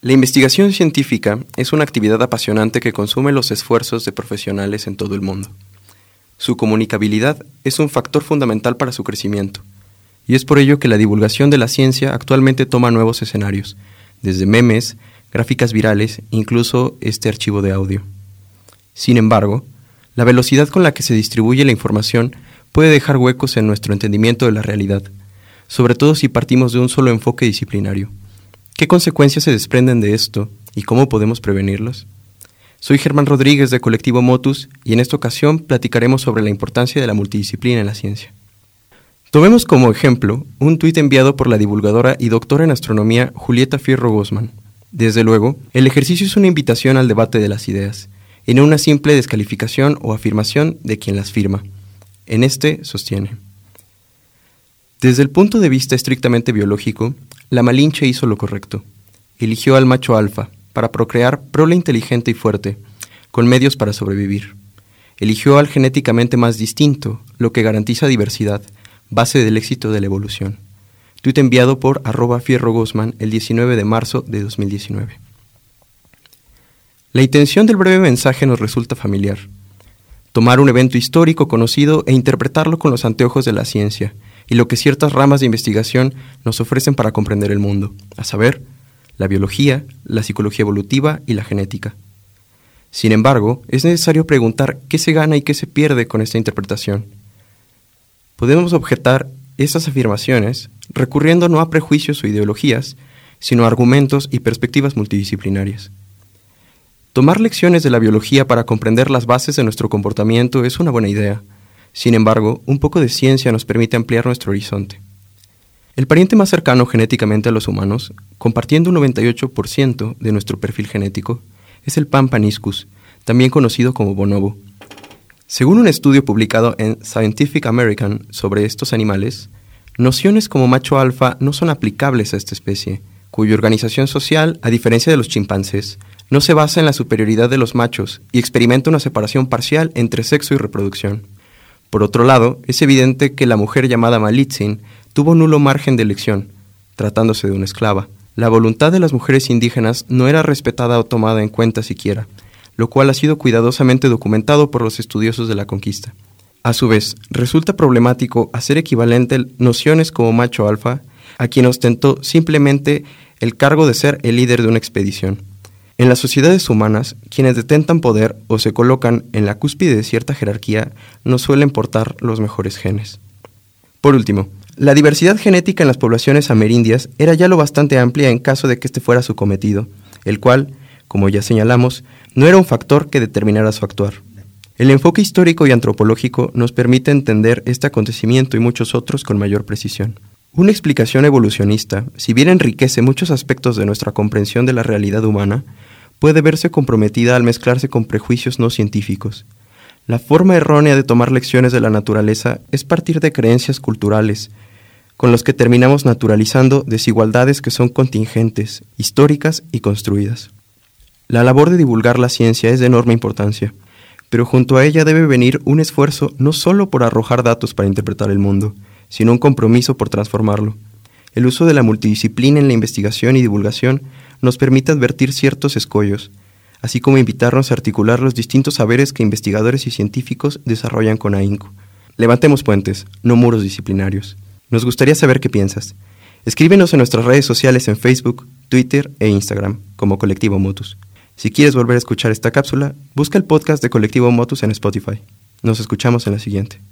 La investigación científica es una actividad apasionante que consume los esfuerzos de profesionales en todo el mundo. Su comunicabilidad es un factor fundamental para su crecimiento, y es por ello que la divulgación de la ciencia actualmente toma nuevos escenarios, desde memes, gráficas virales, incluso este archivo de audio. Sin embargo, la velocidad con la que se distribuye la información puede dejar huecos en nuestro entendimiento de la realidad, sobre todo si partimos de un solo enfoque disciplinario. ¿Qué consecuencias se desprenden de esto y cómo podemos prevenirlas? Soy Germán Rodríguez de Colectivo Motus y en esta ocasión platicaremos sobre la importancia de la multidisciplina en la ciencia. Tomemos como ejemplo un tuit enviado por la divulgadora y doctora en astronomía Julieta Fierro Guzmán. Desde luego, el ejercicio es una invitación al debate de las ideas, y no una simple descalificación o afirmación de quien las firma. En este sostiene: desde el punto de vista estrictamente biológico, la Malinche hizo lo correcto. Eligió al macho alfa para procrear prole inteligente y fuerte, con medios para sobrevivir. Eligió al genéticamente más distinto, lo que garantiza diversidad, base del éxito de la evolución. Tuit enviado por @FierroGuzmán el 19 de marzo de 2019. La intención del breve mensaje nos resulta familiar. Tomar un evento histórico conocido e interpretarlo con los anteojos de la ciencia y lo que ciertas ramas de investigación nos ofrecen para comprender el mundo, a saber, la biología, la psicología evolutiva y la genética. Sin embargo, es necesario preguntar qué se gana y qué se pierde con esta interpretación. Podemos objetar estas afirmaciones recurriendo no a prejuicios o ideologías, sino a argumentos y perspectivas multidisciplinarias. Tomar lecciones de la biología para comprender las bases de nuestro comportamiento es una buena idea. Sin embargo, un poco de ciencia nos permite ampliar nuestro horizonte. El pariente más cercano genéticamente a los humanos, compartiendo un 98% de nuestro perfil genético, es el Pan paniscus, también conocido como bonobo. Según un estudio publicado en Scientific American sobre estos animales, nociones como macho alfa no son aplicables a esta especie, cuya organización social, a diferencia de los chimpancés, no se basa en la superioridad de los machos y experimenta una separación parcial entre sexo y reproducción. Por otro lado, es evidente que la mujer llamada Malitzin tuvo nulo margen de elección, tratándose de una esclava. La voluntad de las mujeres indígenas no era respetada o tomada en cuenta siquiera, lo cual ha sido cuidadosamente documentado por los estudiosos de la conquista. A su vez, resulta problemático hacer equivalente nociones como macho alfa a quien ostentó simplemente el cargo de ser el líder de una expedición. En las sociedades humanas, quienes detentan poder o se colocan en la cúspide de cierta jerarquía no suelen portar los mejores genes. Por último, la diversidad genética en las poblaciones amerindias era ya lo bastante amplia en caso de que este fuera su cometido, el cual, como ya señalamos, no era un factor que determinara su actuar. El enfoque histórico y antropológico nos permite entender este acontecimiento y muchos otros con mayor precisión. Una explicación evolucionista, si bien enriquece muchos aspectos de nuestra comprensión de la realidad humana, puede verse comprometida al mezclarse con prejuicios no científicos. La forma errónea de tomar lecciones de la naturaleza es partir de creencias culturales, con los que terminamos naturalizando desigualdades que son contingentes, históricas y construidas. La labor de divulgar la ciencia es de enorme importancia, pero junto a ella debe venir un esfuerzo no solo por arrojar datos para interpretar el mundo, sino un compromiso por transformarlo. El uso de la multidisciplina en la investigación y divulgación nos permite advertir ciertos escollos, así como invitarnos a articular los distintos saberes que investigadores y científicos desarrollan con ahínco. Levantemos puentes, no muros disciplinarios. Nos gustaría saber qué piensas. Escríbenos en nuestras redes sociales en Facebook, Twitter e Instagram, como Colectivo Motus. Si quieres volver a escuchar esta cápsula, busca el podcast de Colectivo Motus en Spotify. Nos escuchamos en la siguiente.